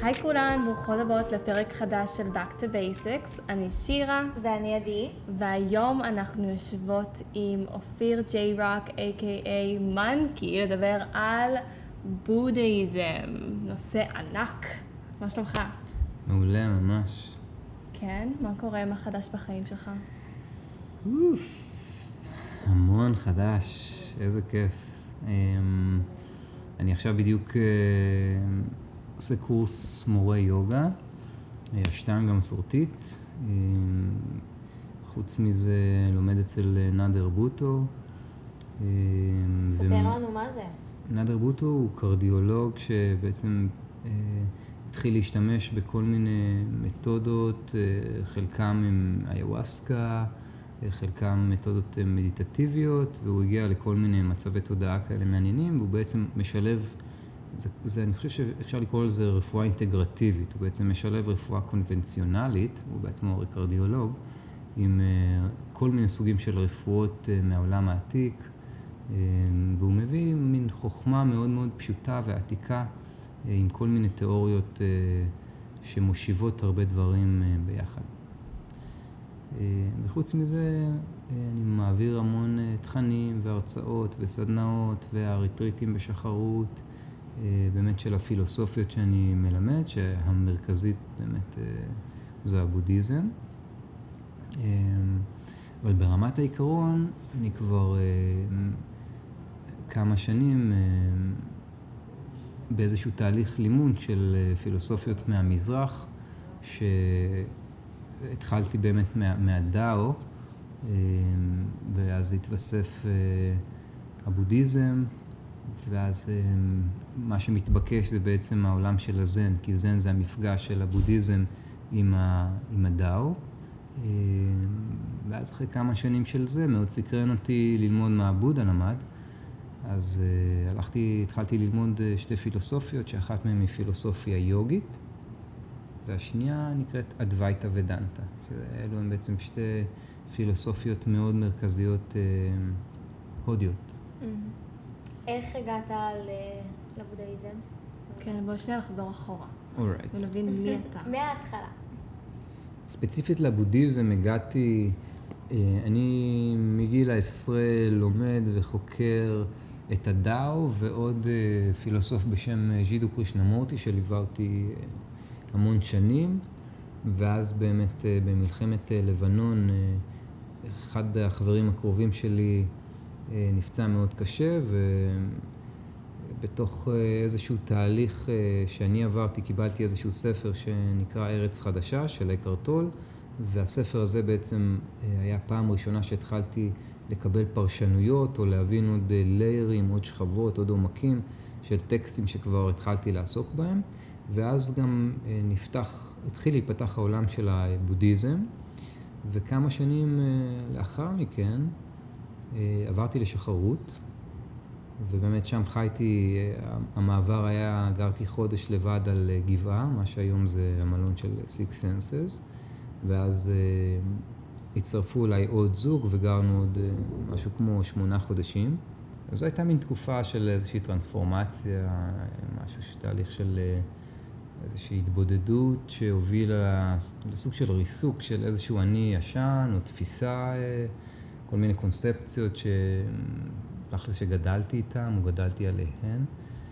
היי כולן, ברוכות הבאות לפרק חדש של Back to Basics. אני שירה. ואני עדי. והיום אנחנו יושבות עם אופיר ג'יי רוק, a.k.a. מנקי, לדבר על בודהיזם. נושא ענק. מה שלומך? מעולה, ממש. כן? מה קורה? מה חדש בחיים שלך? המון חדש, איזה כיף. אני עכשיו בדיוק עושה קורס מורה יוגה, אשטנגה מסורתית. חוץ מזה לומד אצל נאדר בוטו. ספר לנו מה זה. נאדר בוטו הוא קרדיולוג שבעצם התחיל להשתמש בכל מיני מתודות, חלקם הם איוואסקה, חלקם מתודות מדיטטיביות, והוא הגיע לכל מיני מצבי תודעה כאלה מעניינים, והוא בעצם משלב, אני חושב שאפשר לקרוא לזה רפואה אינטגרטיבית, הוא בעצם משלב רפואה קונבנציונלית, הוא בעצמו הרי קרדיולוג, עם כל מיני סוגים של רפואות מהעולם העתיק, והוא מביא מין חוכמה מאוד מאוד פשוטה ועתיקה, עם כל מיני תיאוריות שמושיבות הרבה דברים ביחד. וחוץ מזה, אני מעביר המון תכנים והרצאות וסדנאות והריטריטים בשחרות, באמת של הפילוסופיות שאני מלמד, שהמרכזית באמת זו הבודהיזם. אבל ברמת העיקרון, אני כבר כמה שנים באיזשהו תהליך לימוד של פילוסופיות מהמזרח, התחלתי באמת מהדאו, ואז התווסף הבודהיזם, ואז מה שמתבקש זה בעצם העולם של הזן, כי זן זה המפגש של הבודהיזם עם הדאו. ואז אחרי כמה שנים של זה מאוד סקרן אותי ללמוד מה הבודה למד, אז התחלתי ללמוד שתי פילוסופיות, שאחת מהן היא פילוסופיה יוגית, והשנייה נקראת אדווייתא ודנטה, שאלו הן בעצם שתי פילוסופיות מאוד מרכזיות הודיות. איך הגעת לבודהיזם? כן, בואו שנייה לחזור אחורה. Alright. ונבין מי אתה. מההתחלה. ספציפית לבודהיזם הגעתי, אני מגיל ה-10 לומד וחוקר את הדאו, ועוד פילוסוף בשם ז'ידו קרישנמורטי שליווה אותי המון שנים, ואז באמת במלחמת לבנון, אחד החברים הקרובים שלי נפצע מאוד קשה, ובתוך איזשהו תהליך שאני עברתי, קיבלתי איזשהו ספר שנקרא ארץ חדשה של אקהרט טול, והספר הזה בעצם היה פעם ראשונה שהתחלתי לקבל פרשנויות, או להבין עוד ליירים, עוד שכבות, עוד עומקים של טקסטים שכבר התחלתי לעסוק בהם. ואז גם התחיל להיפתח העולם של הבודהיזם, וכמה שנים לאחר מכן עברתי לשחרות, ובאמת שם חייתי, המעבר היה, גרתי חודש לבד על גבעה, מה שהיום זה המלון של Six Senses, ואז הצטרפו אליי עוד זוג וגרנו עוד משהו כמו 8 חודשים. אז זו הייתה מין תקופה של איזושהי טרנספורמציה, תהליך של איזושהי התבודדות שהובילה לסוג של ריסוק של איזשהו אני ישן או תפיסה, כל מיני קונספציות שגדלתי איתם או גדלתי עליהן.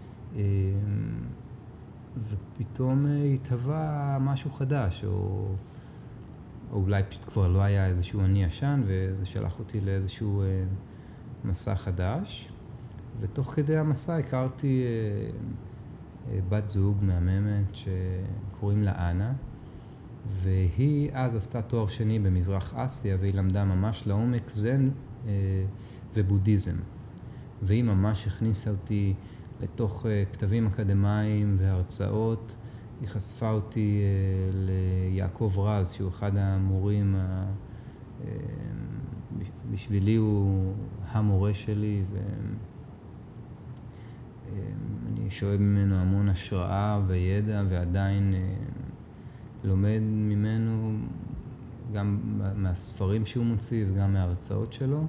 ופתאום התהווה משהו חדש, או אולי פשוט כבר לא היה איזשהו אני ישן, וזה שלח אותי לאיזשהו מסע חדש. ותוך כדי המסע הכרתי בת זוג מהממת שקוראים לה אנה, והיא אז עשתה תואר שני במזרח אסיה, והיא למדה ממש לעומק זן ובודהיזם. והיא ממש הכניסה אותי לתוך כתבים אקדמיים והרצאות. היא חשפה אותי ליעקב רז, שהוא אחד המורים, בשבילי הוא המורה שלי, אני שואב ממנו המון השראה וידע, ועדיין לומד ממנו גם מהספרים שהוא מוציא וגם מההרצאות שלו.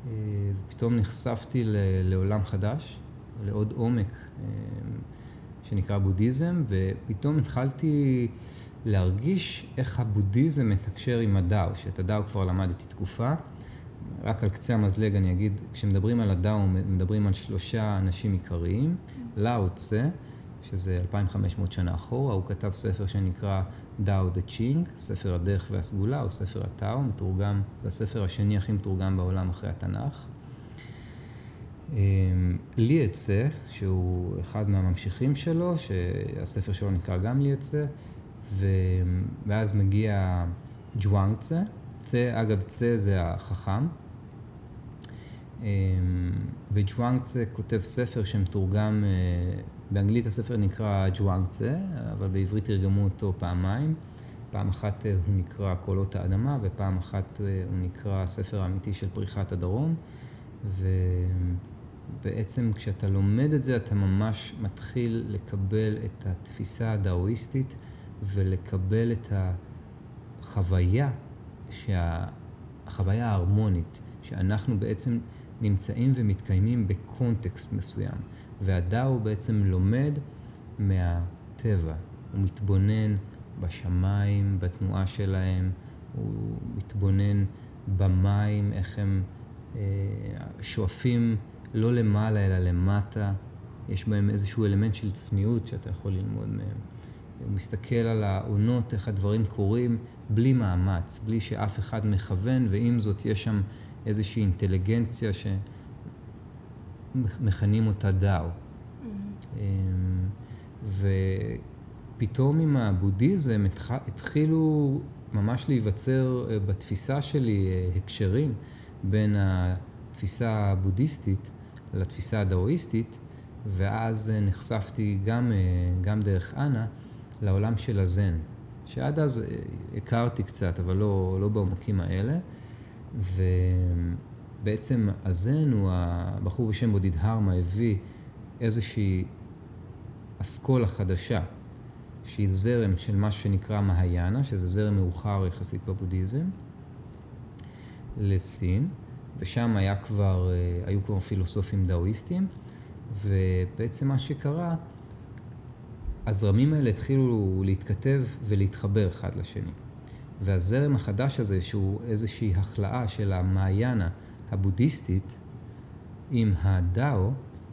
ופתאום נחשפתי לעולם חדש, לעוד עומק שנקרא בודהיזם, ופתאום התחלתי להרגיש איך הבודהיזם מתקשר עם הדאו, שאת הדאו כבר למדתי תקופה. רק על קצה המזלג אני אגיד, כשמדברים על הדאו, מדברים על 3 אנשים עיקריים. לאו צה, שזה 2500 שנה אחורה, הוא כתב ספר שנקרא דאו דה צ'ינג, ספר הדרך והסגולה, או ספר הטאו, מתורגם, זה הספר השני הכי מתורגם בעולם אחרי התנ"ך. לי צה, שהוא אחד מהממשיכים שלו, שהספר שלו נקרא גם לי צה, ואז מגיע ג'ואנג צה. צה, אגב, צה זה החכם. וג'ואנג צה כותב ספר שמתורגם, באנגלית הספר נקרא ג'ואנג צה, אבל בעברית תרגמו אותו פעמיים. פעם אחת הוא נקרא קולות האדמה, ופעם אחת הוא נקרא הספר האמיתי של פריחת הדרום. ובעצם כשאתה לומד את זה, אתה ממש מתחיל לקבל את התפיסה הדאואיסטית, ולקבל את החוויה, החוויה ההרמונית, שאנחנו בעצם נמצאים ומתקיימים בקונטקסט מסוים. והדאו בעצם לומד מהטבע, הוא מתבונן בשמיים, בתנועה שלהם, הוא מתבונן במים, איך הם שואפים לא למעלה אלא למטה, יש בהם איזשהו אלמנט של צניעות שאתה יכול ללמוד מהם. הוא מסתכל על העונות, איך הדברים קורים, בלי מאמץ, בלי שאף אחד מכוון, ועם זאת יש שם איזושהי אינטליגנציה שמכנים אותה דאו. ופתאום עם הבודהיזם התחילו ממש להיווצר בתפיסה שלי הקשרים בין התפיסה הבודהיסטית לתפיסה הדאואיסטית, ואז נחשפתי גם דרך אנה לעולם של הזן, שעד אז הכרתי קצת, אבל לא בעומקים האלה. ובעצם הזן הוא הבחור בשם בודידהרמה הביא איזושהי אסכולה חדשה, שהיא זרם של מה שנקרא מהיאנה, שזה זרם מאוחר יחסית בבודהיזם, לסין, ושם היו כבר פילוסופים דאואיסטים, ובעצם מה שקרה, הזרמים האלה התחילו להתכתב ולהתחבר אחד לשני. והזרם החדש הזה, שהוא איזושהי החלאה של המעיינה הבודהיסטית עם הדאו,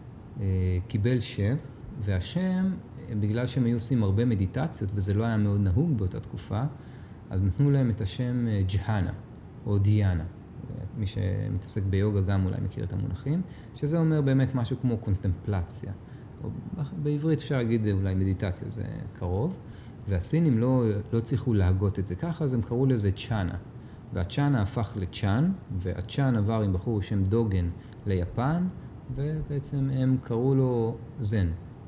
קיבל שם, והשם, בגלל שהם היו עושים הרבה מדיטציות, וזה לא היה מאוד נהוג באותה תקופה, אז נתנו להם את השם ג'הנה, או דיאנה. מי שמתעסק ביוגה גם אולי מכיר את המונחים, שזה אומר באמת משהו כמו קונטמפלציה. או בעברית אפשר להגיד אולי מדיטציה, זה קרוב. והסינים לא צריכו להגות את זה ככה, אז הם קראו לזה צ'אנה. והצ'אנה הפך לצ'אן, והצ'אן עבר עם בחור בשם דוגן ליפן, ובעצם הם קראו לו זן.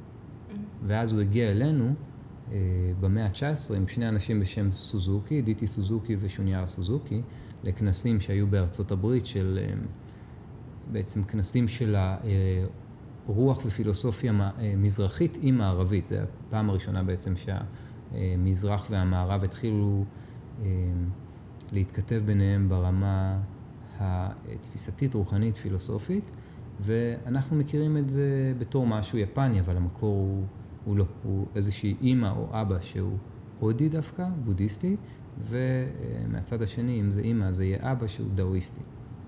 ואז הוא הגיע אלינו במאה ה-19 עם 2 אנשים בשם סוזוקי, דיטי סוזוקי ושוניארה סוזוקי, לכנסים שהיו בארצות הברית, של בעצם כנסים של רוח ופילוסופיה מזרחית עם מערבית. זו הפעם הראשונה בעצם שהמזרח והמערב התחילו להתכתב ביניהם ברמה התפיסתית, רוחנית, פילוסופית, ואנחנו מכירים את זה בתור משהו יפני, אבל המקור הוא לא. הוא איזושהי אמא או אבא שהוא הודי דווקא, בודהיסטי, ומהצד השני, אם זה אמא, זה יהיה אבא שהוא דאואיסטי.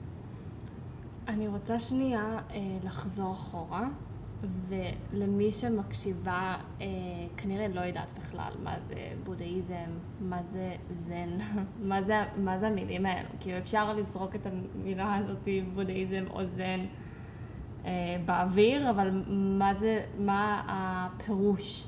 אני רוצה שנייה לחזור אחורה, ולמי שמקשיבה כנראה לא יודעת בכלל מה זה בודהיזם, מה זה זן, מה זה המילים האלו. כאילו אפשר לזרוק את המילה הזאת בודהיזם או זן באוויר, אבל מה הפירוש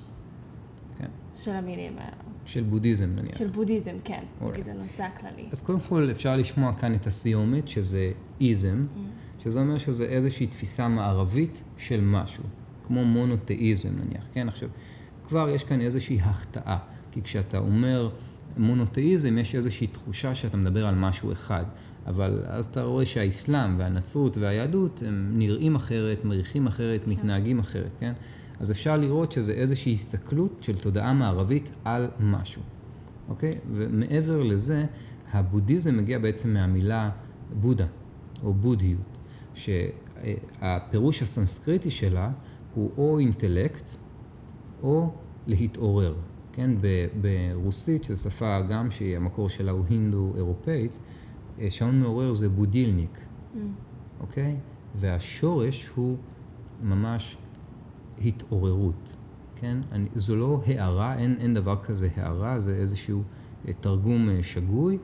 של המילים האלו? של בודהיזם נניח. של בודהיזם, כן. נגיד הנושא הכללי. אז קודם כל אפשר לשמוע כאן את הסיומת, שזה איזם, שזה אומר שזה איזושהי תפיסה מערבית של משהו, כמו מונותאיזם נניח, כן? עכשיו, כבר יש כאן איזושהי החטאה, כי כשאתה אומר מונותאיזם, יש איזושהי תחושה שאתה מדבר על משהו אחד, אבל אז אתה רואה שהאסלאם והנצרות והיהדות הם נראים אחרת, מריחים אחרת, מתנהגים אחרת, כן? אז אפשר לראות שזה איזושהי הסתכלות של תודעה מערבית על משהו, אוקיי? ומעבר לזה, הבודהיזם מגיע בעצם מהמילה בודה, או בודהיות, שהפירוש הסנסקריטי שלה הוא או אינטלקט, או להתעורר. כן, ברוסית, שזו שפה גם שהיא המקור שלה הוא הינדו-אירופאית, שעון מעורר זה בודילניק, אוקיי? והשורש הוא ממש התעוררות, כן? זו לא הערה, אין דבר כזה הערה, זה איזשהו תרגום שגוי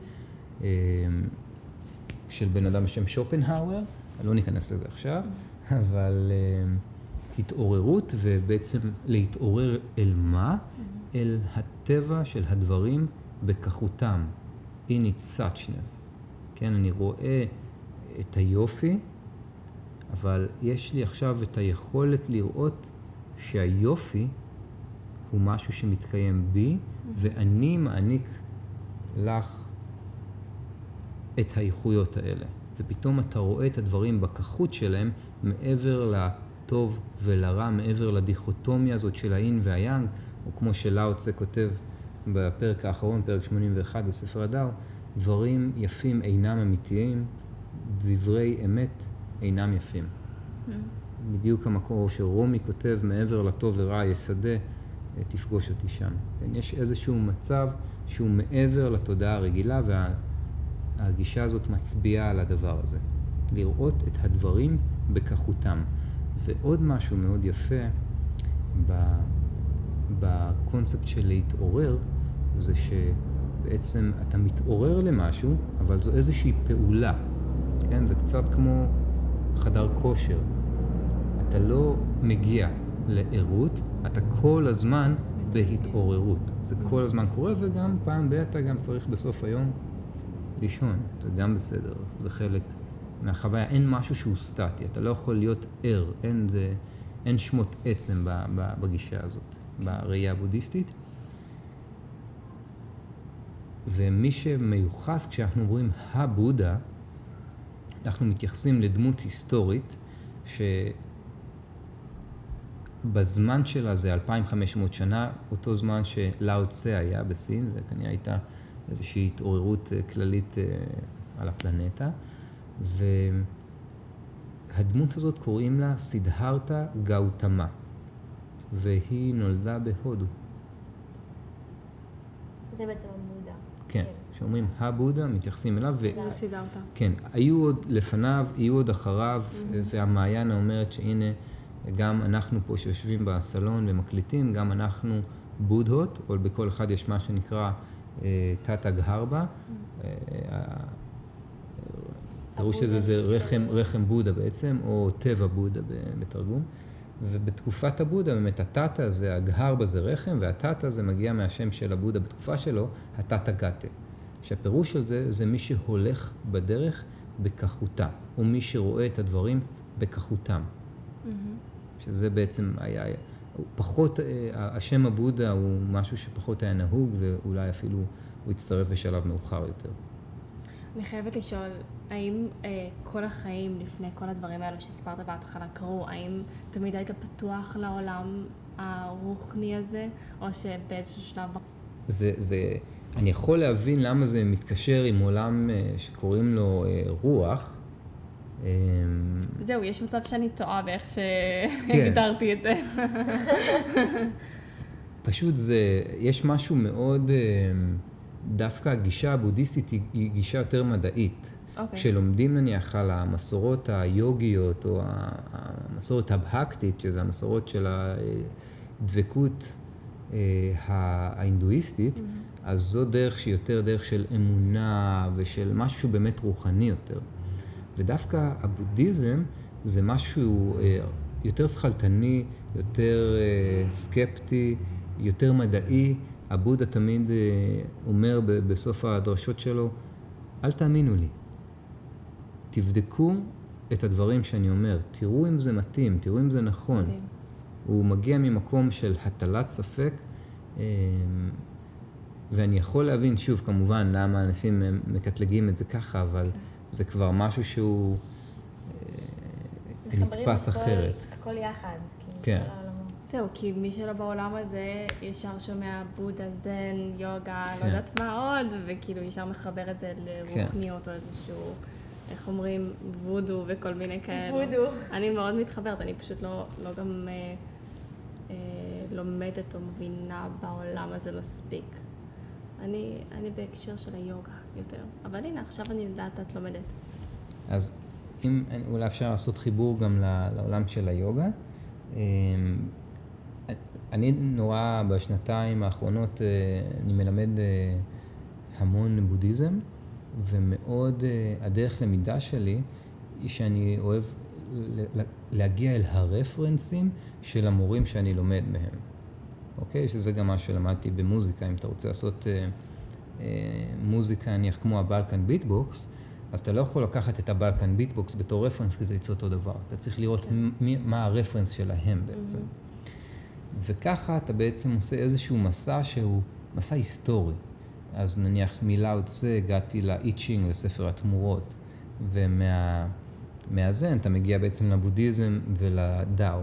של בן אדם בשם שופנהאואר, לא ניכנס לזה עכשיו, אבל התעוררות, ובעצם להתעורר אל מה? אל הטבע של הדברים בכחותם, in its suchness. כן, אני רואה את היופי, אבל יש לי עכשיו את היכולת לראות שהיופי הוא משהו שמתקיים בי, ואני מעניק לך את האיכויות האלה. ופתאום אתה רואה את הדברים בכחות שלהם, מעבר לטוב ולרע, מעבר לדיכוטומיה הזאת של האין והיאנג, או כמו שלאו צה כותב בפרק האחרון, פרק 81 בספר הדאו, דברים יפים אינם אמיתיים, דברי אמת אינם יפים. בדיוק המקור שרומי כותב, מעבר לטוב ורע יש שדה, תפגוש אותי שם. יש איזשהו מצב שהוא מעבר לתודעה הרגילה, והגישה הזאת מצביעה על הדבר הזה. לראות את הדברים בכחותם. ועוד משהו מאוד יפה בקונספט של להתעורר, זה שבעצם אתה מתעורר למשהו, אבל זו איזושהי פעולה. כן? זה קצת כמו חדר כושר. אתה לא מגיע לערות, אתה כל הזמן בהתעוררות. זה כל הזמן קורה, וגם פעם אתה גם צריך בסוף היום לישון. זה גם בסדר, זה חלק מהחוויה. אין משהו שהוא סטטי, אתה לא יכול להיות ער, אין שמות עצם בגישה הזאת, בראייה הבודהיסטית. ומי שמיוחס כשאנחנו אומרים הבודה, אנחנו מתייחסים לדמות היסטורית שבזמן שלה זה 2500 שנה, אותו זמן שלאו צה היה בסין, וכנראה הייתה איזושהי התעוררות כללית על הפלנטה. והדמות הזאת קוראים לה סידהרתה גאותמה, והיא נולדה בהודו. זה בעצם הבודה. כן, שאומרים הבודה, מתייחסים אליו. סידהרתה. כן, היו עוד לפניו, יהיו עוד אחריו, והמעיינה אומרת שהנה, גם אנחנו פה שיושבים בסלון ומקליטים, גם אנחנו בודהות, או בכל אחד יש מה שנקרא תתא גהרבה. הראש שזה זה רחם בודה בעצם, או טבע בודה בתרגום. ובתקופת הבודה, באמת התתא זה, הגהרבה זה רחם, והתתא זה מגיע מהשם של הבודה בתקופה שלו, התתא גתה. שהפירוש של זה, זה מי שהולך בדרך בכחותה, או מי שרואה את הדברים בכחותם. שזה בעצם היה, פחות, השם הבודה הוא משהו שפחות היה נהוג, ואולי אפילו הוא הצטרף בשלב מאוחר יותר. אני חייבת לשאול, האם כל החיים לפני כל הדברים האלו שסיפרת בהתחלה קרו, האם תמיד היית פתוח לעולם הרוחני הזה, או שבאיזשהו שלב... אני יכול להבין למה זה מתקשר עם עולם שקוראים לו רוח. זהו, יש מצב שאני טועה באיך שהגדרתי את זה. פשוט יש משהו מאוד, דווקא הגישה הבודהיסטית היא גישה יותר מדעית. כשלומדים נניח על המסורות היוגיות או המסורת הבהקטית, שזה המסורות של הדבקות ההינדואיסטית, אז זו דרך שהיא יותר דרך של אמונה ושל משהו באמת רוחני יותר. ודווקא הבודהיזם זה משהו יותר שכלתני, יותר סקפטי, יותר מדעי. הבודה תמיד אומר בסוף הדרשות שלו, אל תאמינו לי. תבדקו את הדברים שאני אומר, תראו אם זה מתאים, תראו אם זה נכון. הוא מגיע ממקום של הטלת ספק, ואני יכול להבין שוב כמובן למה אנשים מקטלגים את זה ככה, אבל זה כבר משהו שהוא נתפס אחרת. הכל יחד. כן. זהו, כי מי שלא בעולם הזה ישר שומע בודה, זן, יוגה, לא יודעת מה עוד, וכאילו ישר מחבר את זה לרוחניות או איזשהו, איך אומרים, וודו וכל מיני כאלה. וודו. אני מאוד מתחברת, אני פשוט לא גם לומדת או מבינה בעולם הזה מספיק. אני בהקשר של היוגה יותר, אבל הנה, עכשיו אני יודעת, את לומדת. אז אם אולי אפשר לעשות חיבור גם לעולם של היוגה. אני נורא בשנתיים האחרונות, אני מלמד המון בודהיזם, ומאוד הדרך למידה שלי היא שאני אוהב להגיע אל הרפרנסים של המורים שאני לומד מהם. אוקיי? שזה גם מה שלמדתי במוזיקה. אם אתה רוצה לעשות מוזיקה נניח כמו הבלקן ביטבוקס, אז אתה לא יכול לקחת את הבלקן ביטבוקס בתור רפרנס, כי זה יצא אותו דבר. אתה צריך לראות מה הרפרנס שלהם בעצם. וככה אתה בעצם עושה איזשהו מסע שהוא מסע היסטורי. אז נניח מלאו צזה הגעתי לאיצ'ינג, לספר התמורות, ומהזן אתה מגיע בעצם לבודהיזם ולדאו.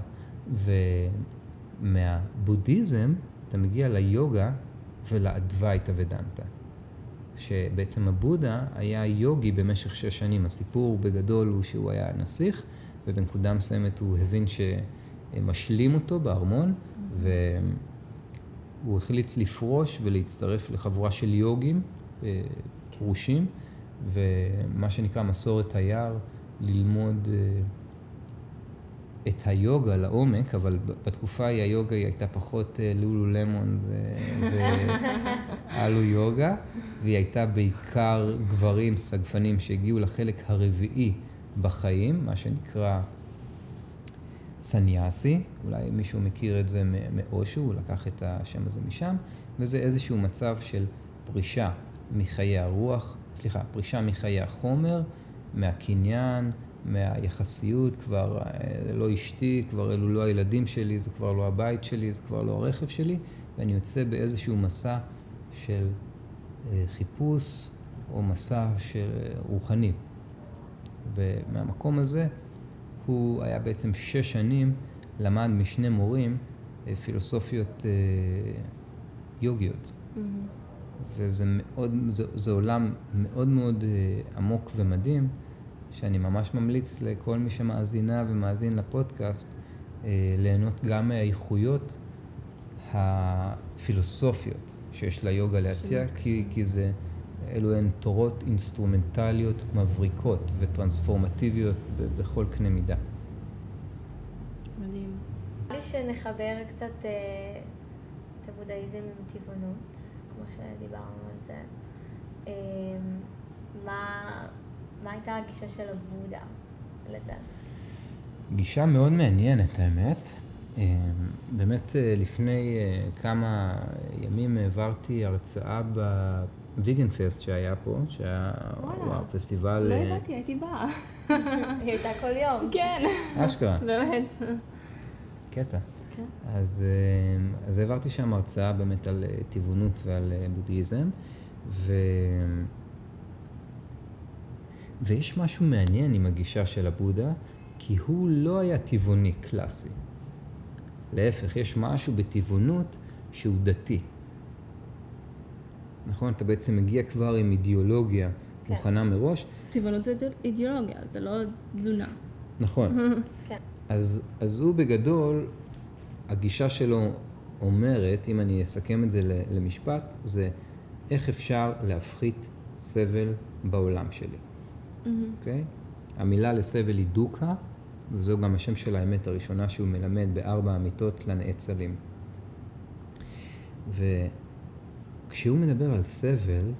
ומהבודהיזם אתה מגיע ליוגה ולאדווייתא ודנטה. שבעצם הבודה היה יוגי במשך 6 שנים. הסיפור בגדול הוא שהוא היה נסיך, ובנקודה מסוימת הוא הבין שמשלים אותו בארמון, והוא החליט לפרוש ולהצטרף לחבורה של יוגים, פרושים, ומה שנקרא מסורת היער, ללמוד את היוגה לעומק, אבל בתקופה ההיא היוגה היא הייתה פחות לולו למון ואלו יוגה, והיא הייתה בעיקר גברים סגפנים שהגיעו לחלק הרביעי בחיים, מה שנקרא סניאסי, אולי מישהו מכיר את זה מאושו, הוא לקח את השם הזה משם, וזה איזשהו מצב של פרישה מחיי הרוח, פרישה מחיי החומר, מהקניין, מהיחסיות, כבר לא אשתי, כבר אלו לא הילדים שלי, זה כבר לא הבית שלי, זה כבר לא הרכב שלי, ואני יוצא באיזשהו מסע של חיפוש או מסע של רוחני. ומהמקום הזה הוא היה בעצם 6 שנים, למד משני מורים פילוסופיות יוגיות. וזה מאוד, זה עולם מאוד מאוד עמוק ומדהים, שאני ממש ממליץ לכל מי שמאזינה ומאזין לפודקאסט, ליהנות גם מהאיכויות הפילוסופיות שיש ליוגה להציע, כי אלו הן תורות אינסטרומנטליות מבריקות וטרנספורמטיביות בכל קנה מידה. מדהים. לי שנחבר קצת את הבודהיזם עם טבעונות, כמו שדיברנו על זה. מה הייתה הגישה של הבודה לזה? גישה מאוד מעניינת, האמת. באמת לפני כמה ימים העברתי הרצאה בוויגן פסט שהיה פה, שהיה פסטיבל... לא ידעתי, הייתי באה. היא הייתה כל יום. כן. אשכרה. באמת. קטע. אז העברתי שם הרצאה באמת על טבעונות ועל בודהיזם, ויש משהו מעניין עם הגישה של הבודה, כי הוא לא היה טבעוני קלאסי. להפך, יש משהו בטבעונות שהוא דתי. נכון? אתה בעצם מגיע כבר עם אידיאולוגיה מוכנה מראש. טבעונות זה אידיאולוגיה, זה לא תזונה. נכון. כן. אז הוא בגדול, הגישה שלו אומרת, אם אני אסכם את זה למשפט, זה איך אפשר להפחית סבל בעולם שלי. אוקיי? המילה לסבל היא דוקה, וזו גם השם של האמת הראשונה שהוא מלמד ב4 אמיתות לנאצלים. וכשהוא מדבר על סבל,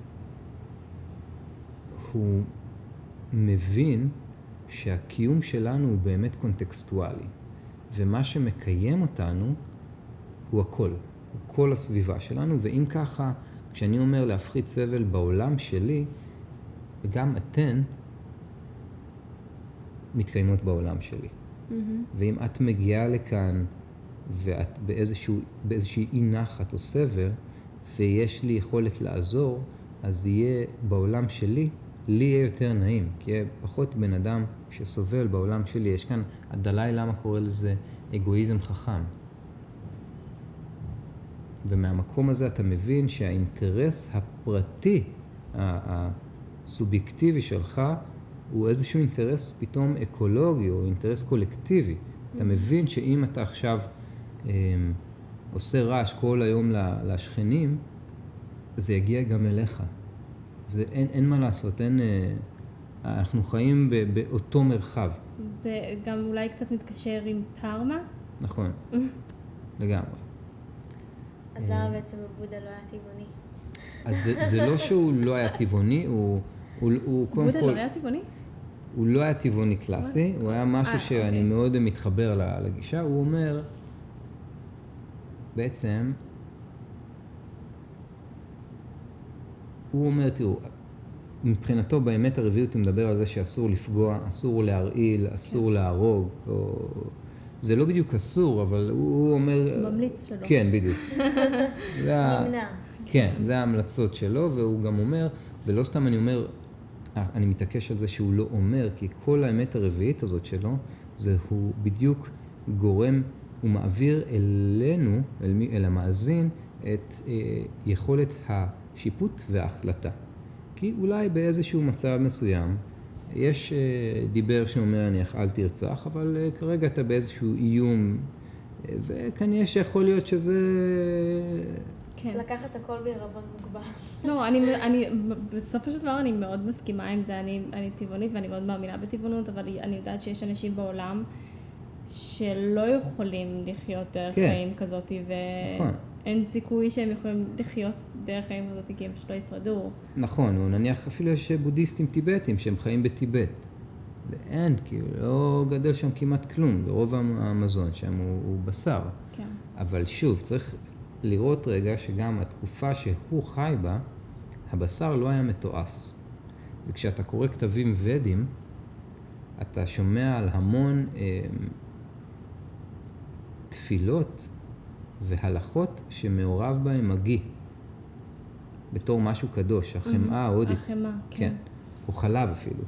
הוא מבין שהקיום שלנו הוא באמת קונטקסטואלי, ומה שמקיים אותנו הוא הכל, הוא כל הסביבה שלנו, ואם ככה, כשאני אומר להפחית סבל בעולם שלי, גם אתן מתקיימות בעולם שלי. ואם את מגיעה לכאן ואת באיזושהי אי נחת או סבל, ויש לי יכולת לעזור, אז יהיה בעולם שלי, לי יהיה יותר נעים, כי יהיה פחות בן אדם שסובל בעולם שלי. יש כאן, הדלאי למה קורא לזה אגואיזם חכם. ומהמקום הזה אתה מבין שהאינטרס הפרטי, הסובייקטיבי שלך, הוא איזשהו אינטרס פתאום אקולוגי או אינטרס קולקטיבי. אתה מבין שאם אתה עכשיו עושה רעש כל היום לשכנים, זה יגיע גם אליך. אין מה לעשות, אנחנו חיים באותו מרחב. זה גם אולי קצת מתקשר עם קרמה? נכון, לגמרי. אז למה בעצם הבודה לא היה טבעוני? אז זה לא שהוא לא היה טבעוני, הוא קודם כל... בודה לא היה טבעוני? הוא לא היה טבעוני קלאסי, הוא היה משהו שאני מאוד מתחבר לגישה. הוא אומר, בעצם, תראו, מבחינתו באמת הרביעיות הוא מדבר על זה שאסור לפגוע, אסור להרעיל, אסור להרוג, זה לא בדיוק אסור, אבל הוא אומר... ממליץ שלו. כן, בדיוק. נמנע. כן, זה ההמלצות שלו, והוא גם אומר, ולא סתם אני אומר, אני מתעקש על זה שהוא לא אומר, כי כל האמת הרביעית הזאת שלו, זה הוא בדיוק גורם, הוא מעביר אלינו, אל המאזין, את יכולת השיפוט וההחלטה. כי אולי באיזשהו מצב מסוים, יש דיבר שאומר נניח אל תרצח, אבל כרגע אתה באיזשהו איום, וכנראה שיכול להיות שזה... כן. לקחת הכל בעירבון מוגבל. לא, בסופו של דבר אני מאוד מסכימה עם זה, אני טבעונית ואני מאוד מאמינה בטבעונות, אבל אני יודעת שיש אנשים בעולם שלא יכולים לחיות דרך חיים כזאת, ואין סיכוי שהם יכולים לחיות דרך חיים כזאת, כי הם פשוט לא ישרדו. נכון, או נניח אפילו יש בודהיסטים טיבטים שהם חיים בטיבט, ואין, כאילו, לא גדל שם כמעט כלום, ברוב המזון שם הוא בשר. כן. אבל שוב, צריך לראות רגע שגם התקופה שהוא חי בה, הבשר לא היה מתועש. וכשאתה קורא כתבים ודים, אתה שומע על המון תפילות והלכות שמעורב בהם מגי, בתור משהו קדוש, החמאה ההודית. החמאה, כן. או חלב אפילו.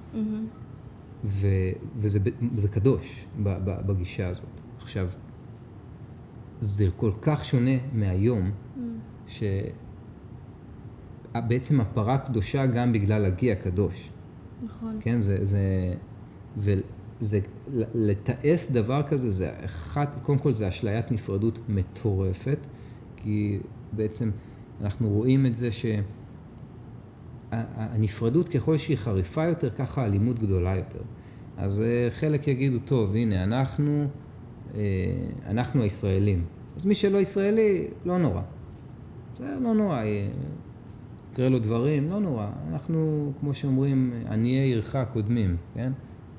וזה קדוש בגישה הזאת. עכשיו, זה כל כך שונה מהיום, שבעצם הפרה קדושה גם בגלל הגי הקדוש. נכון. כן, וזה, לתעש דבר כזה, זה קודם כל זה אשליית נפרדות מטורפת, כי בעצם אנחנו רואים את זה שהנפרדות ככל שהיא חריפה יותר, ככה האלימות גדולה יותר. אז חלק יגידו, טוב, הנה, אנחנו הישראלים. אז מי שלא ישראלי, לא נורא. זה לא נורא, יקרה לו דברים, לא נורא. אנחנו, כמו שאומרים, עניי עירך קודמים, כן?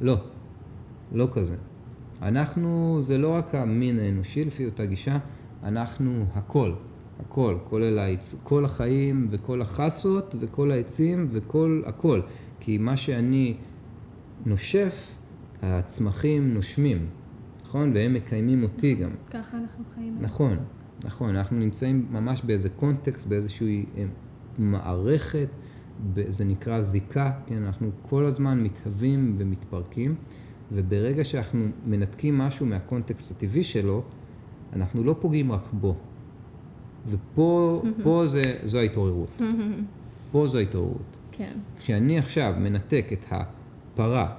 לא כזה. אנחנו, זה לא רק המין האנושי, לפי אותה גישה, אנחנו הכל, כולל כל החיים וכל החסות וכל העצים וכל הכל. כי מה שאני נושף, הצמחים נושמים. נכון? והם מקיימים אותי גם. ככה אנחנו חיים. נכון. אנחנו נמצאים ממש באיזה קונטקסט, באיזושהי מערכת, זה נקרא זיקה, כן? אנחנו כל הזמן מתהווים ומתפרקים, וברגע שאנחנו מנתקים משהו מהקונטקסט הטבעי שלו, אנחנו לא פוגעים רק בו. ופה זו ההתעוררות. פה זו ההתעוררות. כן. כשאני עכשיו מנתק את הפרה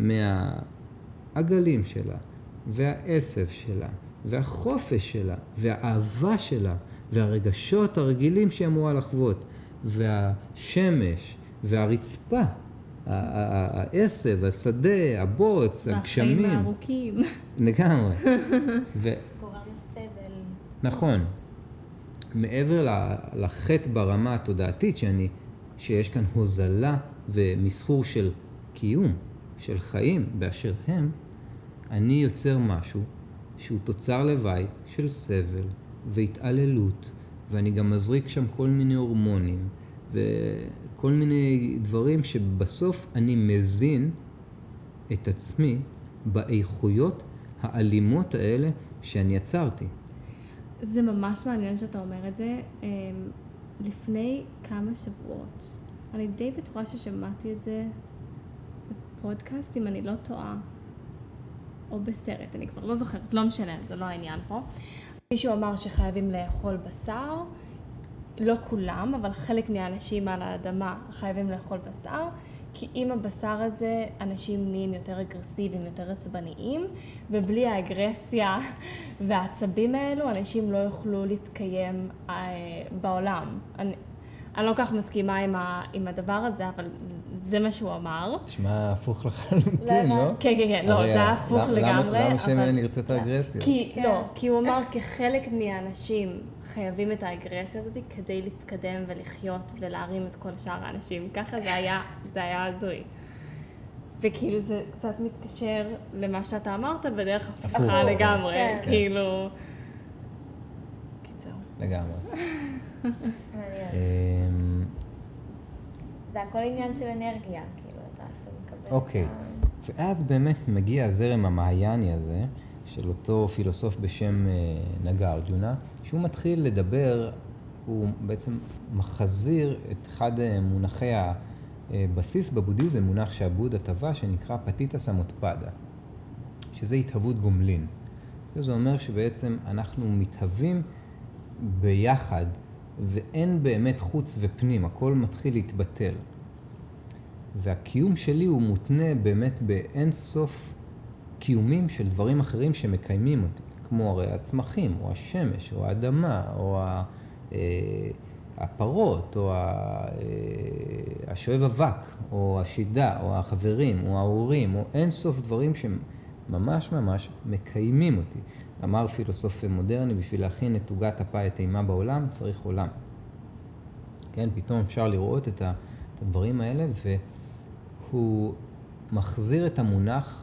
מהעגלים שלה, והעשב שלה, והחופש שלה, והאהבה שלה, והרגשות הרגילים שהיא אמורה לחוות, והשמש, והרצפה, העשב, השדה, הבוץ, הגשמים. והחיים הארוכים. לגמרי. גורם לסבל. נכון. מעבר לחטא ברמה התודעתית שיש כאן הוזלה ומסחור של קיום, של חיים באשר הם, אני יוצר משהו שהוא תוצר לוואי של סבל והתעללות, ואני גם מזריק שם כל מיני הורמונים וכל מיני דברים שבסוף אני מזין את עצמי באיכויות האלימות האלה שאני יצרתי. זה ממש מעניין שאתה אומר את זה. לפני כמה שבועות, אני די בטוחה ששמעתי את זה בפודקאסט, אם אני לא טועה, או בסרט, אני כבר לא זוכרת, לא משנה, זה לא העניין פה. מישהו אמר שחייבים לאכול בשר, לא כולם, אבל חלק מהאנשים על האדמה חייבים לאכול בשר, כי עם הבשר הזה אנשים נהיים יותר אגרסיביים, יותר עצבניים, ובלי האגרסיה והעצבים האלו אנשים לא יוכלו להתקיים בעולם. אני לא כך מסכימה עם הדבר הזה, אבל זה מה שהוא אמר. נשמע הפוך לחלוטין, לא? כן, כן, כן, לא, זה היה הפוך לגמרי. למה שמני נרצה את האגרסיה? כי הוא אמר כחלק מהאנשים חייבים את האגרסיה הזאת כדי להתקדם ולחיות ולהרים את כל שאר האנשים. ככה זה היה הזוי. וכאילו זה קצת מתקשר למה שאתה אמרת בדרך הפוכה לגמרי. כאילו... קיצור. לגמרי. זה הכל עניין של אנרגיה, כאילו, אתה מקבל... אוקיי, ואז באמת מגיע הזרם המהיאני הזה, של אותו פילוסוף בשם נגארג'ונה, שהוא מתחיל לדבר, הוא בעצם מחזיר את אחד מונחי הבסיס בבודהיזם, מונח שהבודה טבע, שנקרא פתיטה סמוטפדה, שזה התהוות גומלין. זה אומר שבעצם אנחנו מתהווים ביחד, ואין באמת חוץ ופנים, הכל מתחיל להתבטל. והקיום שלי הוא מותנה באמת באין סוף קיומים של דברים אחרים שמקיימים אותי, כמו הרי הצמחים, או השמש, או האדמה, או הפרות, או השואב אבק, או השידה, או החברים, או ההורים, או אין סוף דברים שממש ממש מקיימים אותי. אמר פילוסוף מודרני, בשביל להכין את עוגת הפאי הטעימה בעולם, צריך עולם. כן, פתאום אפשר לראות את הדברים האלה, והוא מחזיר את המונח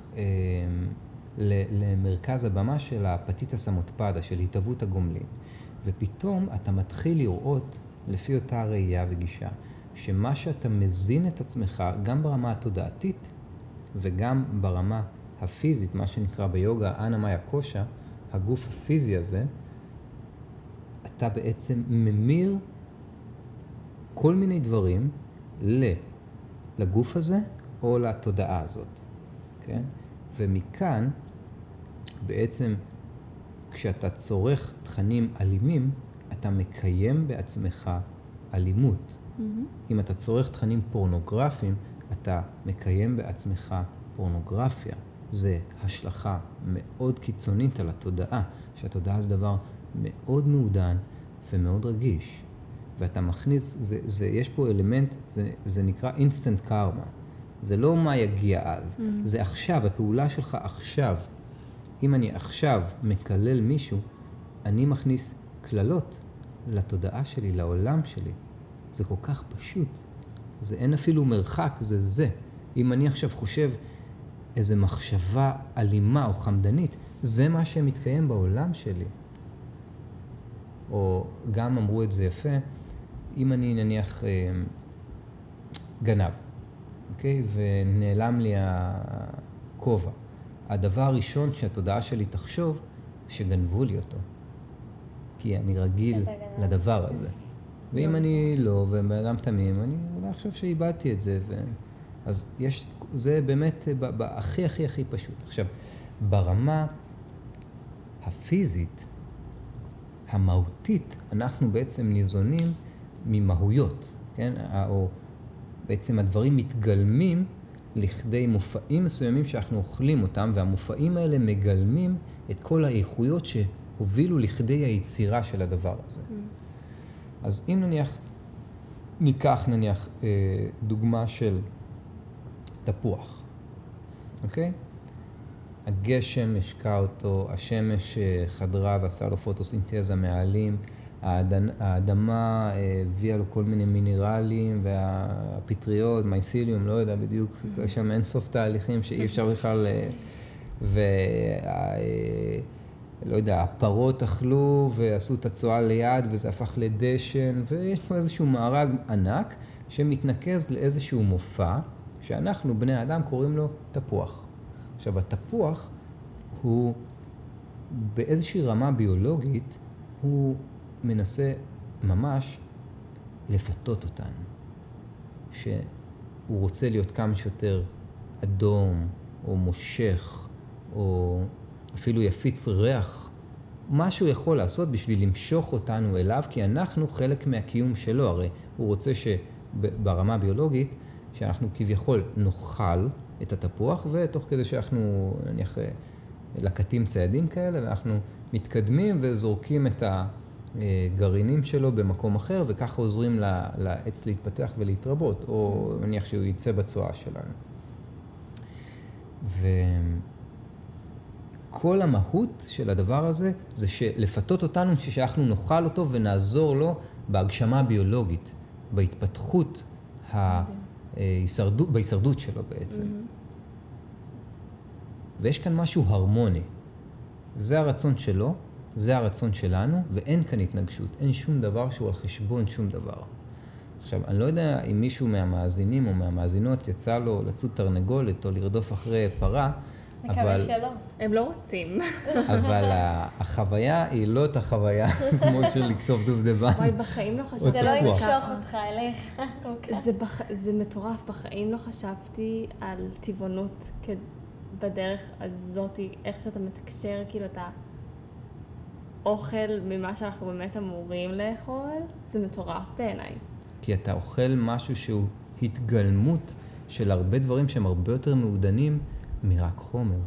למרכז הבמה של הפתיטה סמוטפדה, של התהוות הגומלין. ופתאום אתה מתחיל לראות, לפי אותה ראייה וגישה, שמה שאתה מזין את עצמך, גם ברמה התודעתית, וגם ברמה הפיזית, מה שנקרא ביוגה, אנה מאיה קושה, הגוף הפיזי הזה, אתה בעצם ממיר כל מיני דברים לגוף הזה או לתודעה הזאת, כן? ומכאן בעצם כשאתה צורך תכנים אלימים, אתה מקיים בעצמך אלימות. אם אתה צורך תכנים פורנוגרפיים, אתה מקיים בעצמך פורנוגרפיה. זה השלכה מאוד קיצונית על התודעה, שהתודעה זה דבר מאוד מעודן ומאוד רגיש. ואתה מכניס, יש פה אלמנט, זה נקרא instant karma. זה לא מה יגיע אז, זה עכשיו, הפעולה שלך עכשיו. אם אני עכשיו מקלל מישהו, אני מכניס כללות לתודעה שלי, לעולם שלי. זה כל כך פשוט. זה אין אפילו מרחק, זה. אם אני עכשיו חושב איזו מחשבה אלימה או חמדנית, זה מה שמתקיים בעולם שלי. או גם אמרו את זה יפה, אם אני נניח גנב, אוקיי? ונעלם לי הכובע. הדבר הראשון שהתודעה שלי תחשוב, זה שגנבו לי אותו. כי אני רגיל לדבר הזה. ואם אני לא, ובאדם תמים, אני אולי חושב שאיבדתי את זה. אז זה באמת הכי הכי הכי פשוט. עכשיו, ברמה הפיזית, המהותית, אנחנו בעצם ניזונים ממהויות, כן? או בעצם הדברים מתגלמים לכדי מופעים מסוימים שאנחנו אוכלים אותם, והמופעים האלה מגלמים את כל האיכויות שהובילו לכדי היצירה של הדבר הזה. אז אם ניקח דוגמה של תפוח, אוקיי? הגשם השקע אותו, השמש חדרה ועשה לו פוטוסינתזה מעלים, האדמה הביאה לו כל מיני מינרלים, והפטריות, מייסיליום, לא יודע בדיוק, שם אין סוף תהליכים שאי אפשר בכלל, לא יודע, הפרות אכלו ועשו את הצועה ליד וזה הפך לדשן, ויש פה איזשהו מארג ענק שמתנקז לאיזשהו מופע, שאנחנו בני האדם קוראים לו תפוח. עכשיו, התפוח הוא באיזושהי רמה ביולוגית, הוא מנסה ממש לפתות אותנו. שהוא רוצה להיות כמה שיותר אדום, או מושך, או אפילו יפיץ ריח. מה שהוא יכול לעשות בשביל למשוך אותנו אליו, כי אנחנו חלק מהקיום שלו. הרי הוא רוצה שברמה הביולוגית, שאנחנו כביכול נאכל את התפוח, ותוך כדי שאנחנו נניח לקטים צעדים כאלה, ואנחנו מתקדמים וזורקים את הגרעינים שלו במקום אחר, וככה עוזרים לעץ להתפתח ולהתרבות, או נניח שהוא יצא בצואה שלנו. וכל המהות של הדבר הזה, זה לפתות אותנו שאנחנו נאכל אותו ונעזור לו בהגשמה הביולוגית, בהתפתחות, בהישרדות שלו בעצם. ויש כאן משהו הרמוני. זה הרצון שלו, זה הרצון שלנו, ואין כאן התנגשות. אין שום דבר שהוא על חשבון שום דבר. עכשיו, אני לא יודע אם מישהו מהמאזינים או מהמאזינות יצא לו לצוד תרנגולת או לרדוף אחרי פרה, מקווה שלא. הם לא רוצים. אבל החוויה היא לא אותה חוויה כמו של לכתוב דובדבן. וואי, בחיים לא חשבתי. זה לא ימשוך אותך אליך. זה מטורף, בחיים לא חשבתי על טבעונות בדרך הזאת, איך שאתה מתקשר כאילו את האוכל ממה שאנחנו באמת אמורים לאכול, זה מטורף בעיניי. כי אתה אוכל משהו שהוא התגלמות של הרבה דברים שהם הרבה יותר מעודנים מרק חומר.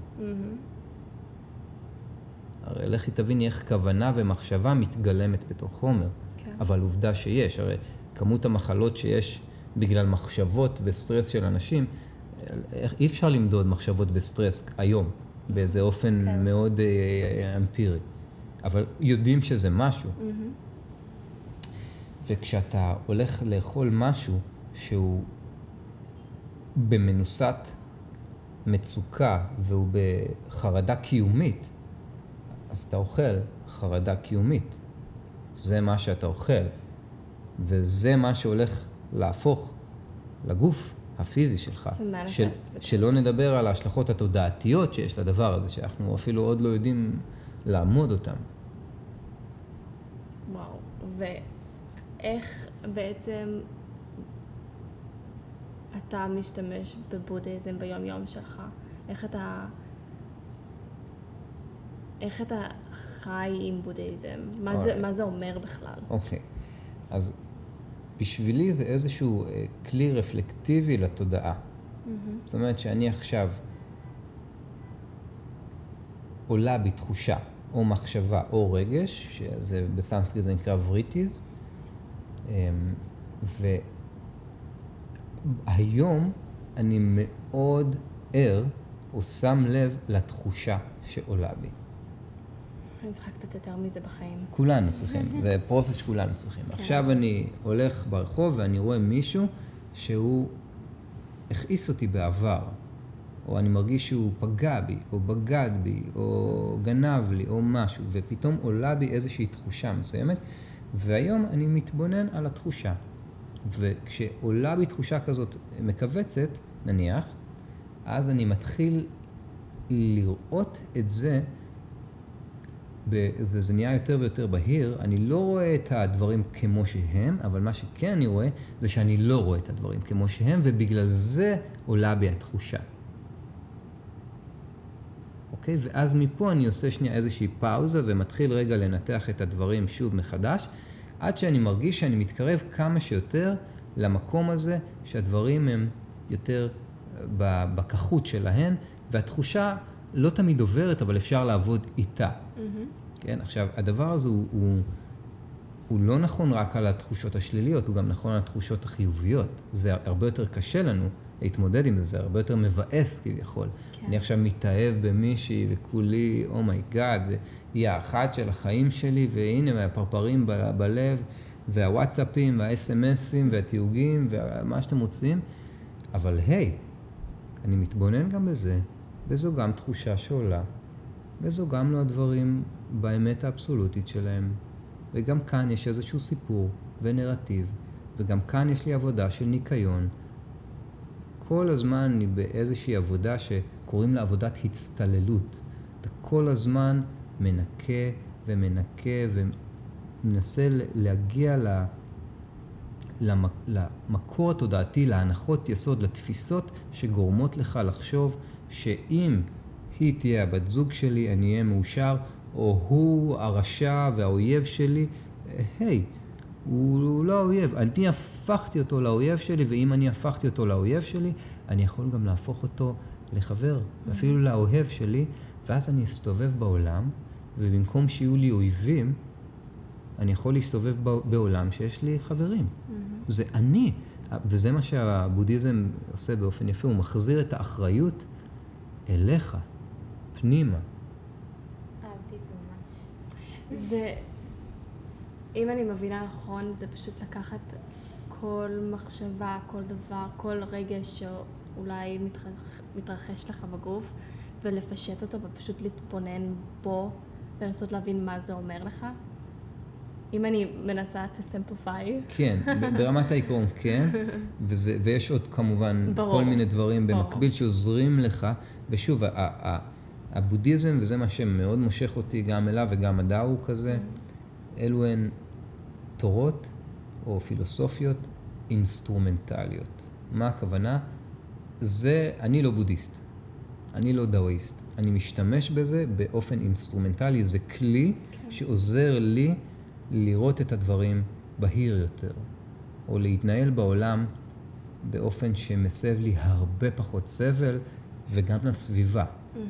הרי לכי תביני איך כוונה ומחשבה מתגלמת בתוך חומר. כן. אבל עובדה שיש, הרי כמות המחלות שיש בגלל מחשבות וסטרס של אנשים, אי אפשר למדוד מחשבות וסטרס היום, באיזה אופן כן. מאוד אמפירי. אבל יודעים שזה משהו. וכשאתה הולך לאכול משהו שהוא במנוסת מצוקה והוא בחרדה קיומית, אז אתה אוכל חרדה קיומית. זה מה שאתה אוכל. וזה מה שהולך להפוך לגוף הפיזי שלך. שלא נדבר על ההשלכות התודעתיות שיש לדבר הזה, שאנחנו אפילו עוד לא יודעים לעמוד אותם. וואו, ואיך בעצם אתה משתמש בבודהיזם ביום יום שלך? איך אתה חי עם בודהיזם? מה זה אומר בכלל? אוקיי, אז בשבילי זה איזשהו כלי רפלקטיבי לתודעה. זאת אומרת שאני עכשיו עולה בתחושה או מחשבה או רגש, שזה בסנסקריט זה נקרא וריטיז, והיום אני מאוד ער או שם לב לתחושה שעולה בי. אני צריכה קצת יותר מזה בחיים. כולנו צריכים, זה פרוסס שכולנו צריכים. עכשיו אני הולך ברחוב ואני רואה מישהו שהוא הכעיס אותי בעבר, או אני מרגיש שהוא פגע בי, או בגד בי, או גנב לי, או משהו, ופתאום עולה בי איזושהי תחושה מסוימת, והיום אני מתבונן על התחושה. וכשעולה בי תחושה כזאת מקבצת, נניח, אז אני מתחיל לראות את זה, וזה נהיה יותר ויותר בהיר. אני לא רואה את הדברים כמו שהם, אבל מה שכן אני רואה, זה שאני לא רואה את הדברים כמו שהם, ובגלל זה עולה בי התחושה. אוקיי? ואז מפה אני עושה שנייה איזושהי פאוזה, ומתחיל רגע לנתח את הדברים שוב מחדש, עד שאני מרגיש שאני מתקרב כמה שיותר למקום הזה, שהדברים הם יותר בכחות שלהן, והתחושה לא תמיד עוברת, אבל אפשר לעבוד איתה. כן? עכשיו, הדבר הזה הוא לא נכון רק על התחושות השליליות, הוא גם נכון על התחושות החיוביות. זה הרבה יותר קשה לנו להתמודד עם זה, זה הרבה יותר מבאס כביכול. כן. אני עכשיו מתאהב במישהי וכולי, אומייגאד, היא האחת של החיים שלי, והנה הפרפרים בלב, והוואטסאפים, והאס-אמסים, והתיוגים, ומה שאתם מוצאים. אבל היי, אני מתבונן גם בזה, וזו גם תחושה שעולה, וזו גם לא הדברים באמת האבסולוטית שלהם. וגם כאן יש איזשהו סיפור ונרטיב, וגם כאן יש לי עבודה של ניקיון. כל הזמן אני באיזושהי עבודה שקוראים לה עבודת הצטללות. אתה כל הזמן מנקה ומנקה ומנסה להגיע למקור התודעתי, להנחות יסוד, לתפיסות שגורמות לך לחשוב שאם היא תהיה הבת זוג שלי, אני אהיה מאושר, או הוא הרשע והאויב שלי. היי, הוא לא האויב. אני הפכתי אותו לאויב שלי, ואם אני הפכתי אותו לאויב שלי, אני יכול גם להפוך אותו לחבר, ואפילו לאוהב שלי, ואז אני אסתובב בעולם, ובמקום שיהיו לי אויבים, אני יכול להסתובב בעולם שיש לי חברים. זה אני. וזה מה שהבודהיזם עושה באופן יפה, הוא מחזיר את האחריות אליך, פנימה. אהבתי את זה ממש. זה, אם אני מבינה נכון, זה פשוט לקחת כל מחשבה, כל דבר, כל רגש שאולי מתרחש לך בגוף, ולפשט אותו ופשוט להתבונן בו, ולנסות להבין מה זה אומר לך. אם אני מנסה to simplify. כן, ברמת העיקרון כן, ויש עוד כמובן ברור. כל מיני דברים במקביל שעוזרים לך, ושוב, הבודהיזם, וזה מה שמאוד מושך אותי גם אליו וגם הדאו כזה, אלו הן תורות או פילוסופיות אינסטרומנטליות. מה הכוונה? אני לא בודהיסט, אני לא דאואיסט, אני משתמש בזה באופן אינסטרומנטלי, זה כלי שעוזר לי לראות את הדברים בהיר יותר, או להתנהל בעולם באופן שמסב לי הרבה פחות סבל וגם לסביבה.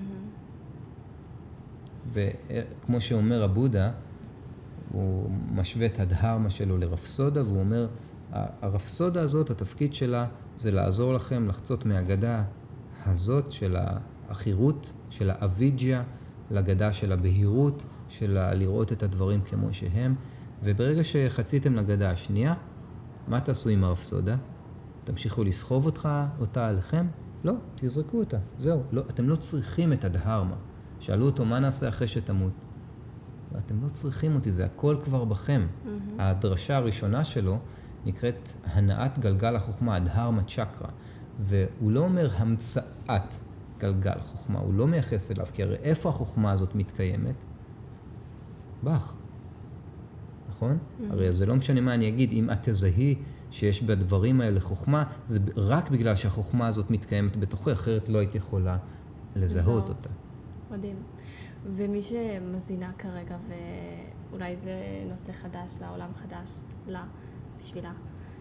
וכמו שאומר הבודה, הוא משווה את הדהרמה שלו לרפסודה, והוא אומר, הרפסודה הזאת, התפקיד שלה זה לעזור לכם לחצות מהגדה הזאת של האחירות, של האביג'יה, לגדה של הבהירות, של לראות את הדברים כמו שהם, וברגע שחציתם לגדה השנייה, מה תעשו עם הרפסודה? תמשיכו לסחוב אותה עליכם? לא, תזרקו אותה, זהו. לא, אתם לא צריכים את הדהרמה. שאלו אותו, מה נעשה אחרי שתמות? ואתם לא צריכים אותי, זה הכל כבר בכם. הדרשה הראשונה שלו נקראת הנעת גלגל החוכמה, הדהרמה צ'קרה, והוא לא אומר המצאת גלגל חוכמה, הוא לא מייחס אליו, כי הרי איפה החוכמה הזאת מתקיימת? בך. נכון? הרי זה לא משנה מה אני אגיד, אם את תזהי שיש בדברים האלה חוכמה, זה רק בגלל שהחוכמה הזאת מתקיימת בתוכך, אחרת לא היית יכולה לזהות אותה. מדהים. ומי שמזינה כרגע, ואולי זה נושא חדש לה, עולם חדש לה, בשבילה,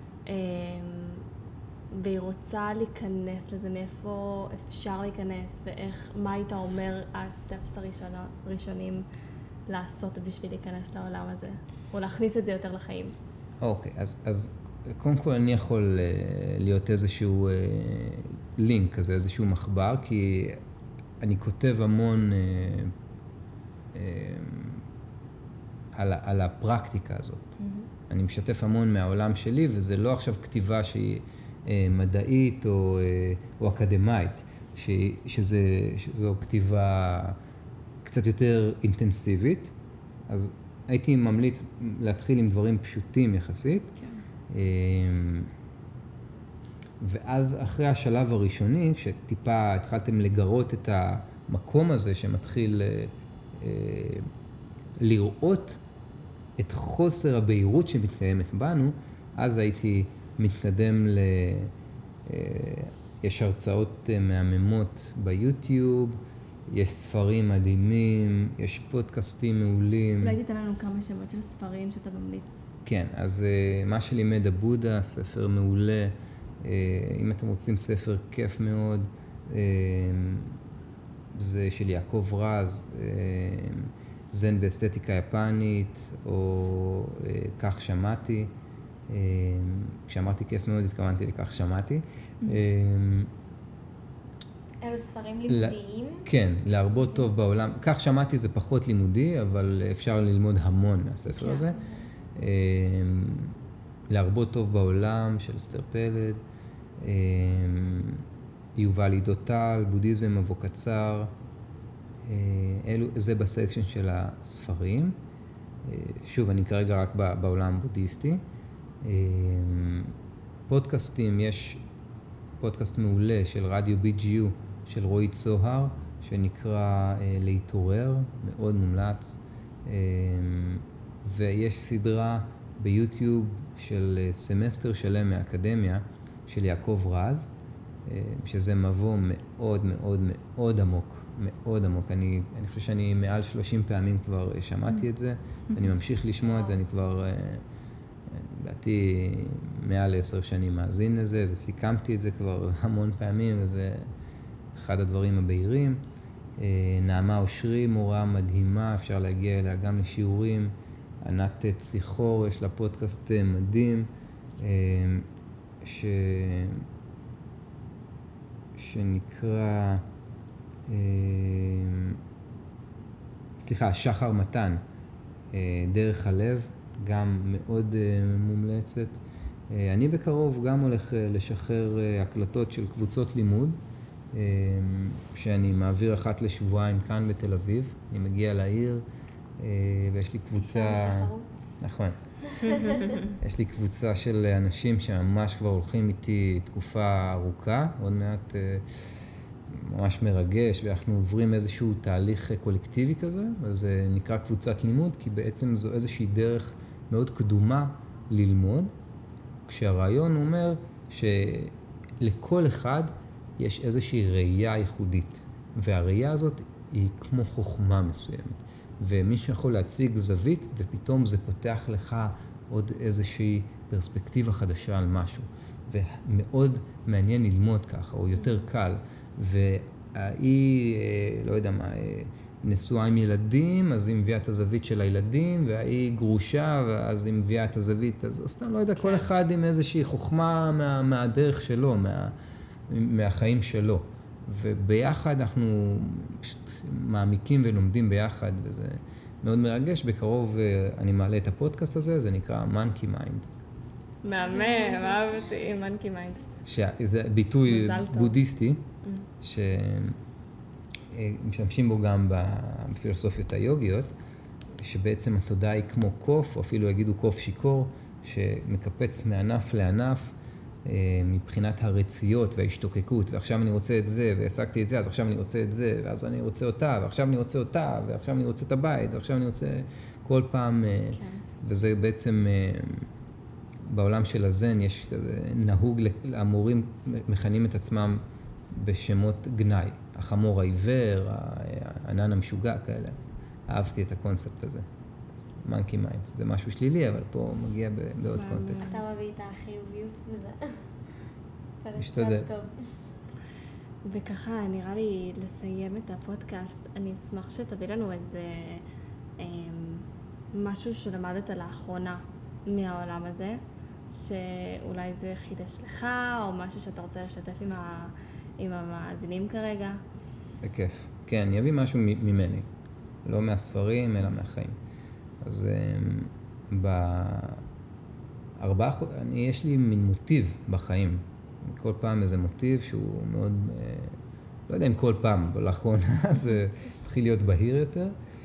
והיא רוצה להיכנס לזה, מאיפה אפשר להיכנס, מה היית אומר הסטפס הראשונים לעשות בשביל להיכנס לעולם הזה, או להכניס את זה יותר לחיים? אוקיי, אז קודם כל אני יכול להיות איזשהו לינק כזה, איזשהו מחבר, כי אני כותב המון על הפרקטיקה הזאת. אני משתף המון מהעולם שלי, וזה לא עכשיו כתיבה שהיא מדעית או אקדמית, שזו כתיבה קצת יותר אינטנסיבית, אז הייתי ממליץ להתחיל עם דברים פשוטים יחסית. כן. ואז אחרי השלב הראשוני, כשטיפה התחלתם לגרות את המקום הזה שמתחיל לראות את חוסר הבהירות שמתקיימת בנו, אז הייתי מתקדם יש הרצאות מהממות ביוטיוב, יש ספרים מדהימים, יש פודקאסטים מעולים. אולי תיתן לנו כמה שמות של ספרים שאתה ממליץ. כן, אז מה שלימד הבודה, ספר מעולה. אם אתם רוצים ספר כיף מאוד, זה של יעקב רז, זן ואסתטיקה יפנית, או כך שמעתי. כשאמרתי כיף מאוד, התכוונתי לכך שמעתי. אלו ספרים לימודיים? כן, להרבות טוב בעולם. כך שמעתי זה פחות לימודי, אבל אפשר ללמוד המון מהספר הזה. להרבות טוב בעולם של אסתר פלד, יובל עידו טל, בודהיזם מבוא קצר, זה בסקשן של הספרים. שוב, אני כרגע רק בעולם בודהיסטי. פודקאסטים, יש פודקאסט מעולה של רדיו BGU של רועי צוהר, שנקרא להתעורר, מאוד מומלץ. ויש סדרה ביוטיוב של סמסטר שלם מהאקדמיה של יעקב רז, שזה מבוא מאוד מאוד מאוד עמוק, מאוד עמוק. אני חושב שאני מעל 30 פעמים כבר שמעתי את זה, אני ממשיך לשמוע את זה, אני כבר לדעתי מעל 10 שנים מאזין לזה, וסיכמתי את זה כבר המון פעמים, וזה אחד הדברים הבהירים. נעמה אושרי, מורה מדהימה, אפשר להגיע אליה גם לשיעורים. ענת ציחור, יש לה פודקאסט מדהים, שנקרא, שחר מתן, דרך הלב, גם מאוד מומלצת. אני בקרוב גם הולך לשחרר הקלטות של קבוצות לימוד, שאני מעביר אחת לשבועיים כאן בתל אביב. אני מגיע לעיר, ויש לי קבוצה... נכון. יש לי קבוצה של אנשים שממש כבר הולכים איתי תקופה ארוכה, עוד מעט ממש מרגש, ואנחנו עוברים איזשהו תהליך קולקטיבי כזה, אז זה נקרא קבוצת לימוד, כי בעצם זו איזושהי דרך מאוד קדומה ללמוד, כשהרעיון אומר שלכל אחד יש איזושהי ראייה ייחודית, והראייה הזאת היא כמו חוכמה מסוימת. ומישהו יכול להציג זווית, ופתאום זה פותח לך עוד איזושהי פרספקטיבה חדשה על משהו. ומאוד מעניין ללמוד ככה, או יותר קל. והיא, לא יודע מה, נשואה עם ילדים, אז היא מביאה את הזווית של הילדים, והיא גרושה, ואז היא מביאה את הזווית. אז סתם לא יודע, כל אחד עם איזושהי חוכמה מהדרך שלו, מהחיים שלו. וביחד אנחנו פשוט מעמיקים ולומדים ביחד, וזה מאוד מרגש. בקרוב אני מעלה את הפודקאסט הזה, זה נקרא Monkey Mind. מהמם, אהבתי, Monkey Mind. שזה ביטוי בודהיסטי, שמשתמשים בו גם בפילוסופיות היוגיות, שבעצם התודעה היא כמו קוף, או אפילו יגידו קוף שיקור, שמקפץ מענף לענף, מבחינת הרציות וההשתוקקות, ועכשיו אני רוצה את זה, והעסקתי את זה, אז עכשיו אני רוצה את זה, ואז אני רוצה אותה, ועכשיו אני רוצה אותה, ועכשיו אני רוצה את הבית, ועכשיו אני רוצה כל פעם, וזה בעצם, בעולם של הזן יש כזה נהוג, המורים מכנים את עצמם בשמות גנאי, החמור העיוור, הענן המשוגע כאלה, אהבתי את הקונספט הזה. Monkey Mind, זה משהו שלילי, אבל פה מגיע בעוד קונטקסט. אתה מביא את החיוביות וזה. משתדל. וככה נראה לי לסיים את הפודקאסט, אני אשמח שתביא לנו איזה משהו שלמדת לאחרונה מהעולם הזה, שאולי זה חידש לך, או משהו שאתה רוצה לשתף עם המאזינים כרגע. בכיף. כן, אני אביא משהו ממני, לא מהספרים, אלא מהחיים. אז יש לי מין מוטיב בחיים. כל פעם איזה מוטיב שהוא מאוד, לא יודע אם כל פעם, אבל לאחרונה זה התחיל להיות בהיר יותר.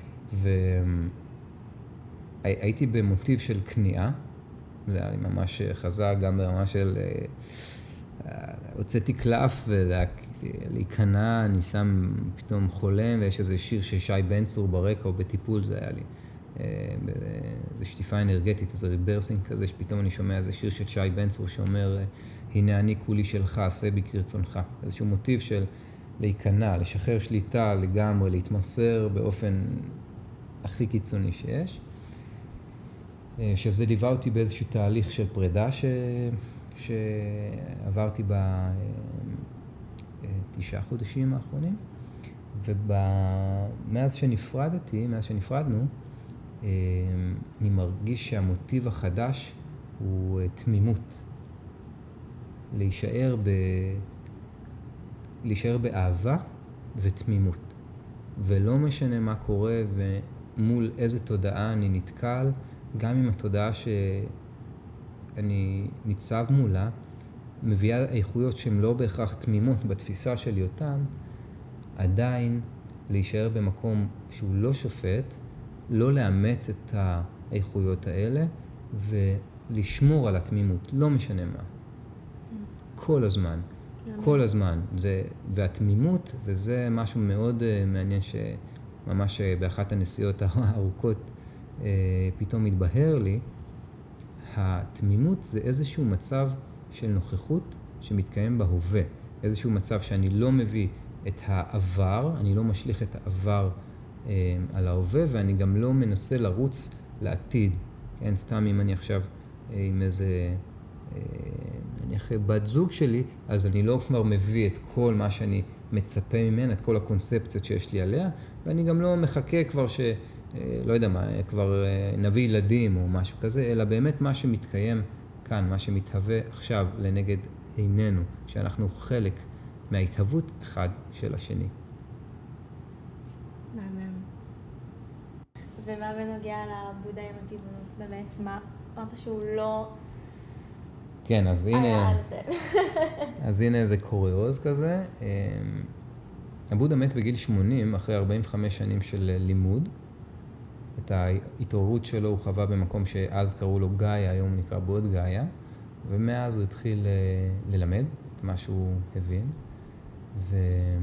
והייתי במוטיב של כניעה. זה היה לי ממש חזק, גם ברמה של הוצאתי קלף ולהיכנע, אני שם פתאום חולם, ויש איזה שיר של שי בן צור ברקע או בטיפול, זה היה לי. זה שטיפה אנרגטית, איזה ריברסינג כזה, שפתאום אני שומע איזה שיר של שי בן צור שאומר, הנה אני כולי שלך, עשה בי כרצונך. איזשהו מוטיב של להיכנע, לשחרר שליטה לגמרי, להתמסר באופן הכי קיצוני שיש. שזה ליווה אותי באיזשהו תהליך של פרידה שעברתי ב9 חודשים האחרונים. ומאז שנפרדנו, אני מרגיש שהמוטיב החדש הוא תמימות. להישאר באהבה ותמימות. ולא משנה מה קורה ומול איזה תודעה אני נתקל, גם אם התודעה שאני ניצב מולה, מביאה איכויות שהן לא בהכרח תמימות בתפיסה שלי אותן, עדיין להישאר במקום שהוא לא שופט, לא לאמץ את האיכויות האלה, ולשמור על התמימות, לא משנה מה. כל הזמן, כל הזמן. והתמימות, וזה משהו מאוד מעניין שממש באחת הנסיעות הארוכות פתאום מתבהר לי, התמימות זה איזשהו מצב של נוכחות שמתקיים בהווה. איזשהו מצב שאני לא מביא את העבר, אני לא משליך את העבר על ההווה, ואני גם לא מנסה לרוץ לעתיד. כן, סתם אם אני עכשיו עם איזה, נניח בת זוג שלי, אז אני לא כבר מביא את כל מה שאני מצפה ממנה, את כל הקונספציות שיש לי עליה, ואני גם לא מחכה כבר לא יודע מה, כבר נביא ילדים או משהו כזה, אלא באמת מה שמתקיים כאן, מה שמתהווה עכשיו לנגד עינינו, שאנחנו חלק מההתהוות אחד של השני. מהמם. ומה בנוגע לבודה עם הטבעונות? באמת, מה? אמרת שהוא לא כן, אז היה הנה, על זה. אז הנה איזה קוריוז כזה. הבודה מת בגיל 80, אחרי 45 שנים של לימוד. את ההתעוררות שלו הוא חווה במקום שאז קראו לו גאיה, היום הוא נקרא בוד גאיה, ומאז הוא התחיל ללמד את מה שהוא הבין, והוא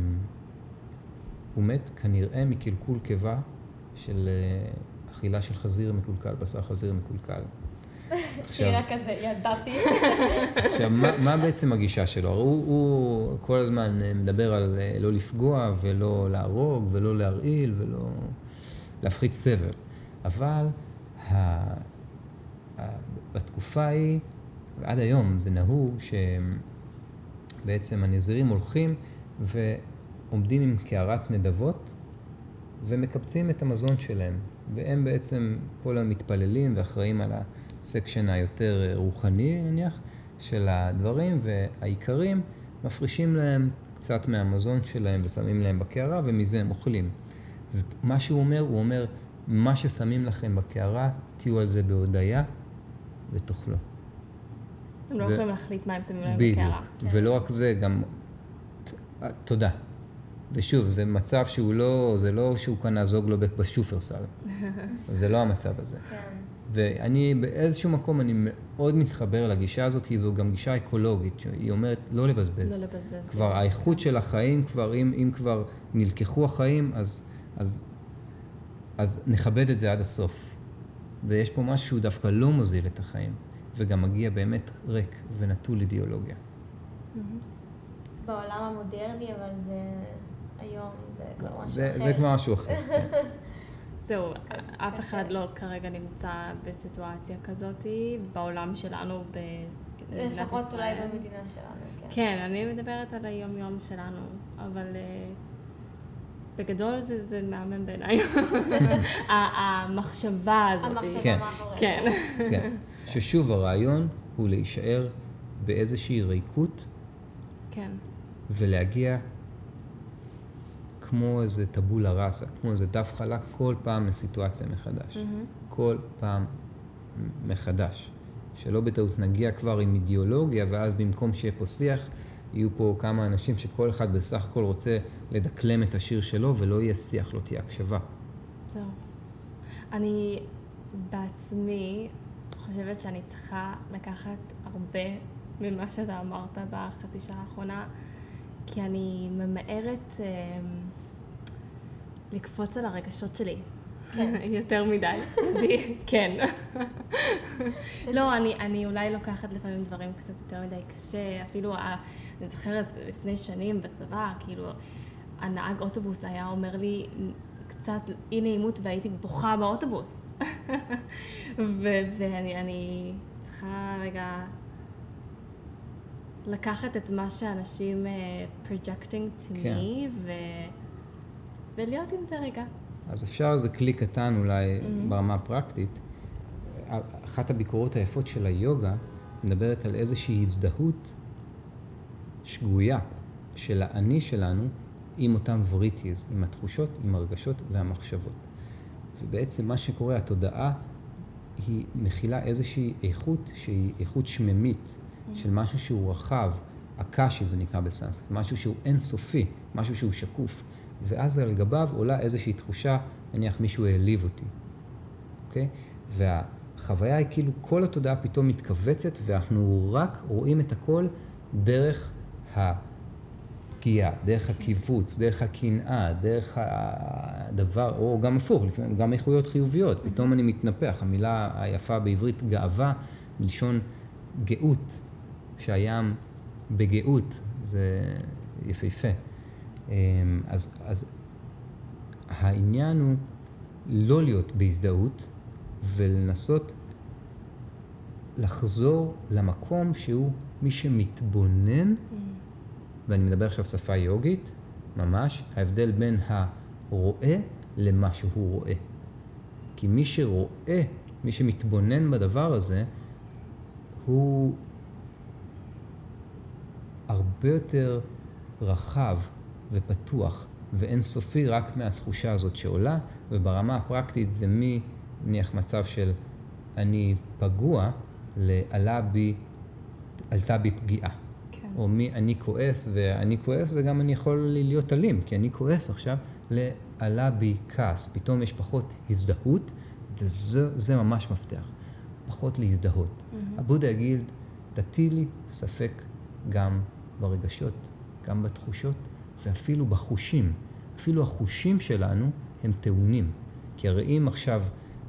מת כנראה מקלקול קיבה של אכילה של חזיר מקולקל, בשר חזיר מקולקל. שירה כזה, ידעתי. עכשיו, מה בעצם הגישה שלו? הוא כל הזמן מדבר על לא לפגוע ולא להרוג ולא להרעיל ולא להפחית סבל. אבל בתקופה ההיא, ועד היום זה נהוג שבעצם הנזירים הולכים ועומדים עם קערת נדבות ומקבצים את המזון שלהם. והם בעצם כל המתפללים ואחראים על הסקשן היותר רוחני נניח של הדברים, והעיקרים מפרישים להם קצת מהמזון שלהם ושמים להם בקערה ומזה הם אוכלים. ומה שהוא אומר, מה ששמים לכם בקערה, תהיו על זה בהודיה ותאכלו. הם לא יכולים להחליט מה הם שמים להם בקערה. בדיוק, ולא רק זה, גם תודה. ושוב, זה מצב שהוא לא, זה לא שהוא כאן נעזוג לו בשופרסל. זה לא המצב הזה. ואני באיזשהו מקום, אני מאוד מתחבר לגישה הזאת, כי זו גם גישה אקולוגית, שהיא אומרת לא לבזבז. לא לבזבז. כבר האיכות של החיים, כבר אם כבר נלקחו החיים, אז נכבד את זה עד הסוף. ויש פה משהו שהוא דווקא לא מוזיל את החיים, וגם מגיע באמת ריק ונטול אידיאולוגיה. בעולם המודרני, אבל זה היום, זה כבר משהו אחר. זה כבר משהו אחר. זהו, אף אחד לא כרגע נמצא בסיטואציה כזאת בעולם שלנו במדינת ישראל. לפחות אולי במדינה שלנו, כן. כן, אני מדברת על היום-יום שלנו, אבל בגדול זה מאמן בעיניי. המחשבה הזאת. המחשבה מאחורי. כן. כן. ששוב הרעיון הוא להישאר באיזושהי ריקות. כן. ולהגיע כמו איזה טבולה ראסה, כמו איזה דף חלק כל פעם לסיטואציה מחדש. כל פעם מחדש. שלא בטעות נגיע כבר עם אידיאולוגיה, ואז במקום שיהיה פה שיח, יהיו פה כמה אנשים שכל אחד בסך הכל רוצה לדקלם את השיר שלו, ולא יהיה שיח, לא תהיה הקשבה. זהו. אני בעצמי חושבת שאני צריכה לקחת הרבה ממה שאתה אמרת בחצי שעה האחרונה, כי אני ממהרת לקפוץ על הרגשות שלי. כן. יותר מדי. כן. לא, אני אולי לוקחת לפעמים דברים קצת יותר מדי קשה. אפילו, אני זוכרת לפני שנים בצבא, כאילו, הנהג אוטובוס היה אומר לי קצת אי נעימות והייתי בוכה באוטובוס. ואני צריכה רגע לקחת את מה שאנשים projecting to me ולהיות עם זה רגע. אז אפשר איזה כלי קטן אולי ברמה הפרקטית. אחת הביקורות היפות של היוגה מדברת על איזושהי הזדהות שגויה של האני שלנו עם אותם וריטיז, עם התחושות, עם הרגשות והמחשבות. ובעצם מה שקורה, התודעה היא מכילה איזושהי איכות שהיא איכות שממית של משהו שהוא רחב, אקשי זה נקרא בסנסקריט, משהו שהוא אינסופי, משהו שהוא שקוף. ואז על גביו עולה איזושהי תחושה, נניח מישהו העליב אותי, אוקיי? והחוויה היא כאילו כל התודעה פתאום מתכווצת, ואנחנו רק רואים את הכל דרך הפגיעה, דרך הקיבוץ, דרך הקנאה, דרך הדבר, או גם הפוך, לפעמים גם איכויות חיוביות. פתאום אני מתנפח, המילה היפה בעברית גאווה, מלשון גאות, שהים בגאות, זה יפהפה. אז העניין הוא לא להיות בהזדהות ולנסות לחזור למקום שהוא מי שמתבונן, ואני מדבר עכשיו שפה יוגית, ממש, ההבדל בין הרואה למה שהוא רואה. כי מי שרואה, מי שמתבונן בדבר הזה, הוא הרבה יותר רחב ופתוח ואינסופי רק מהתחושה הזאת שעולה, וברמה הפרקטית זה מניח מצב של אני פגוע, עלתה בי פגיעה. כן. או אני כועס, ואני כועס וגם אני יכול להיות אלים, כי אני כועס עכשיו, עלה בי כעס. פתאום יש פחות הזדהות, וזה ממש מפתח. פחות להזדהות. הבודה יגיד, תטילי ספק גם ברגשות, גם בתחושות, ואפילו בחושים. אפילו החושים שלנו הם טעונים. כי הרי אם עכשיו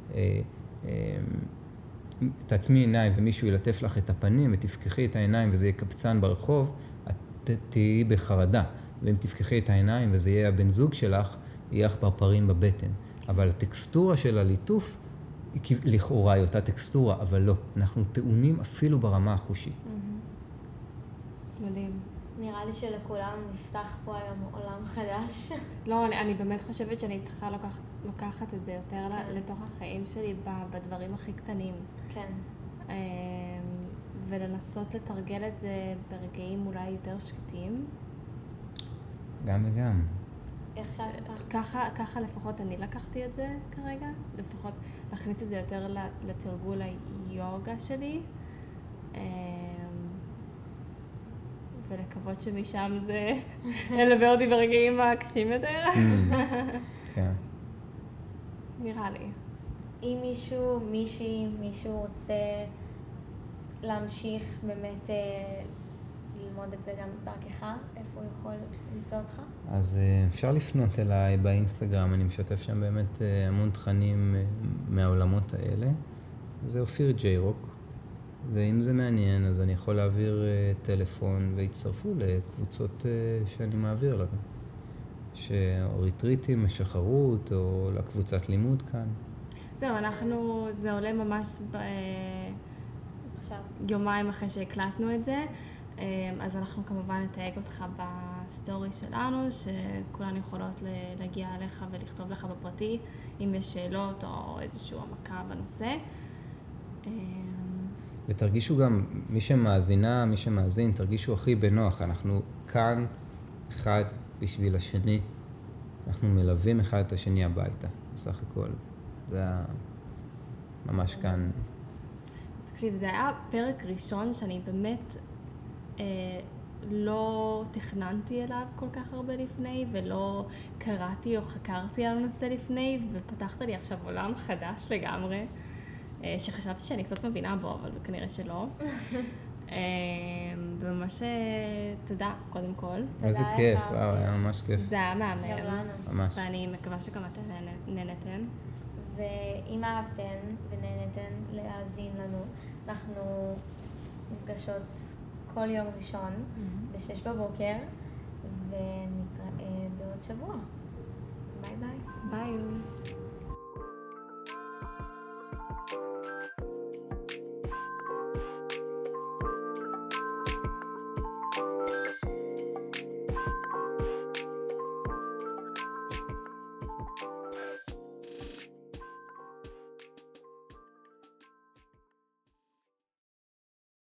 תעצמי עיניים ומישהו ילטף לך את הפנים ותפקחי את העיניים וזה יהיה קבצן ברחוב, את תהיי בחרדה. ואם תפקחי את העיניים וזה יהיה הבן זוג שלך, יהיה לך פרפרים בבטן. אבל הטקסטורה של הליטוף היא לכאורה היא אותה טקסטורה, אבל לא. אנחנו טעונים אפילו ברמה החושית. מדהים. נראה לי שלכולם נפתח פה היום עולם חדש. לא, אני באמת חושבת שאני צריכה לקחת את זה יותר לתוך החיים שלי בדברים הכי קטנים. כן. ולנסות לתרגל את זה ברגעים אולי יותר שקטים. גם וגם. איך שאת ככה לפחות אני לקחתי את זה כרגע. לפחות להכניס את זה יותר לתרגול היוגה שלי. ולקוות שמשם זה ילווה אותי ברגעים הקשים יותר. כן. נראה לי. אם מישהו רוצה להמשיך באמת ללמוד את זה גם דרכך, איפה הוא יכול למצוא אותך? אז אפשר לפנות אליי באינסטגרם, אני משתף שם באמת המון תכנים מהעולמות האלה. זה אופיר ג'יי רוק. ואם זה מעניין, אז אני יכול להעביר טלפון והצטרפו לקבוצות שאני מעביר לנו. או ריטריטים, משחרות, או לקבוצת לימוד כאן. זהו, זה עולה ממש עכשיו. יומיים אחרי שהקלטנו את זה, אז אנחנו כמובן נתייג אותך בסטורי שלנו, שכולן יכולות להגיע אליך ולכתוב לך בפרטי, אם יש שאלות או איזושהי עמקה בנושא. ותרגישו גם, מי שמאזין, תרגישו הכי בנוח. אנחנו כאן אחד בשביל השני. אנחנו מלווים אחד את השני הביתה, בסך הכל. זה היה ממש כאן. תקשיב, זה היה פרק ראשון שאני באמת לא תכננתי אליו כל כך הרבה לפני, ולא קראתי או חקרתי על הנושא לפני, ופתחת לי עכשיו עולם חדש לגמרי. שחשבתי שאני קצת מבינה בו, אבל כנראה שלא. וממש תודה, קודם כל. איזה כיף, וואו, היה ממש כיף. זה היה מהמם. ממש. ואני מקווה שגם אתן נהנתן. ואם אהבתן ונהנתן להאזין לנו, אנחנו נפגשות כל יום ראשון ב-6 בבוקר, ונתראה בעוד שבוע. ביי ביי. ביי.